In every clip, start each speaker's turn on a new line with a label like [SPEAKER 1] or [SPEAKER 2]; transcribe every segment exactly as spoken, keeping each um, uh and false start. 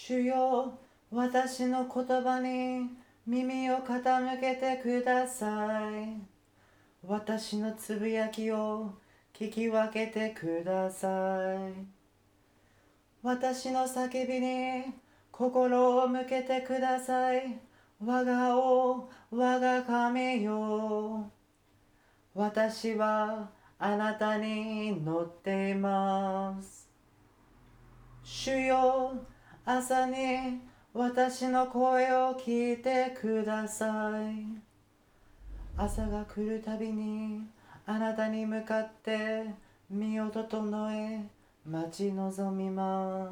[SPEAKER 1] 主よ、私の言葉に耳を傾けてください。私のつぶやきを聞き分けてください。私の叫びに心を向けてください。我が王、我が神よ。私はあなたに乗っています。主よ、朝に私の声を聞いてください。朝が来るたびにあなたに向かって身を整え待ち望みます。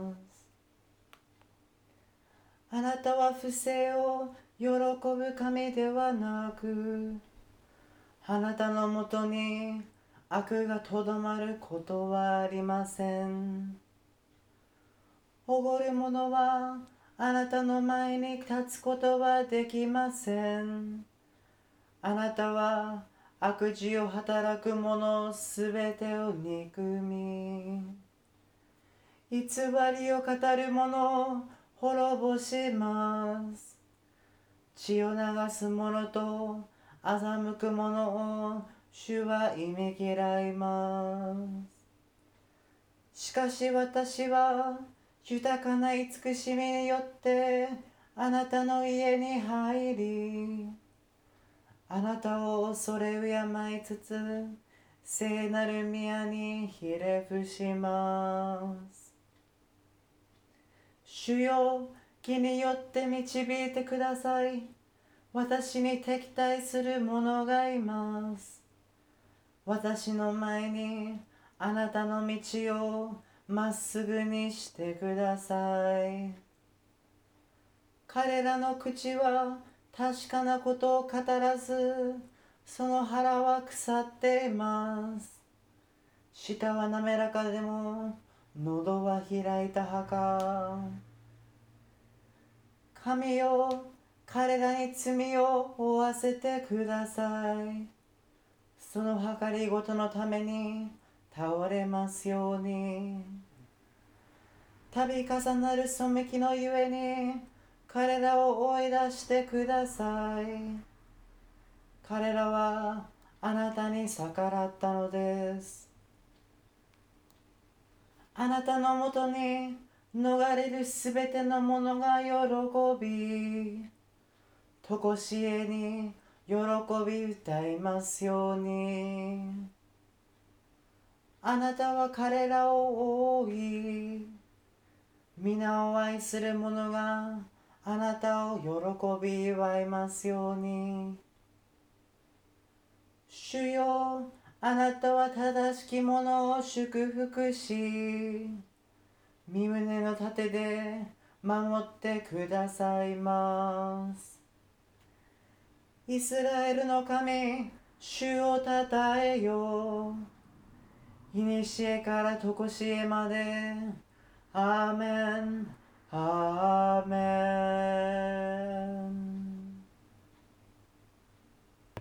[SPEAKER 1] あなたは不正を喜ぶ神ではなく、あなたのもとに悪がとどまることはありません。おごる者はあなたの前に立つことはできません。あなたは悪事を働く者すべてを憎み、偽りを語る者を滅ぼします。血を流す者と欺く者を主は忌み嫌います。しかし私は豊かな慈しみによってあなたの家に入り、あなたを恐れ敬いつつ聖なる宮にひれ伏します。主よ、義によって導いてください。私に敵対する者がいます。私の前にあなたの道をまっすぐにしてください。彼らの口は確かなことを語らず、その腹は腐っています。舌は滑らかでも喉は開いた墓。神よ、彼らに罪を負わせてください。その計りごとのために倒れますように。度重なる背きのゆえに彼らを追い出してください。彼らはあなたに逆らったのです。あなたのもとに逃れるすべての者が喜び、とこしえに喜び歌いますように。あなたは彼らを覆い、皆を愛する者があなたを喜び祝いますように。主よ、あなたは正しき者を祝福し、身胸の盾で守ってくださいます。イスラエルの神、主をたたえよ。いにしえからとこしえまで。アーメン、アーメン。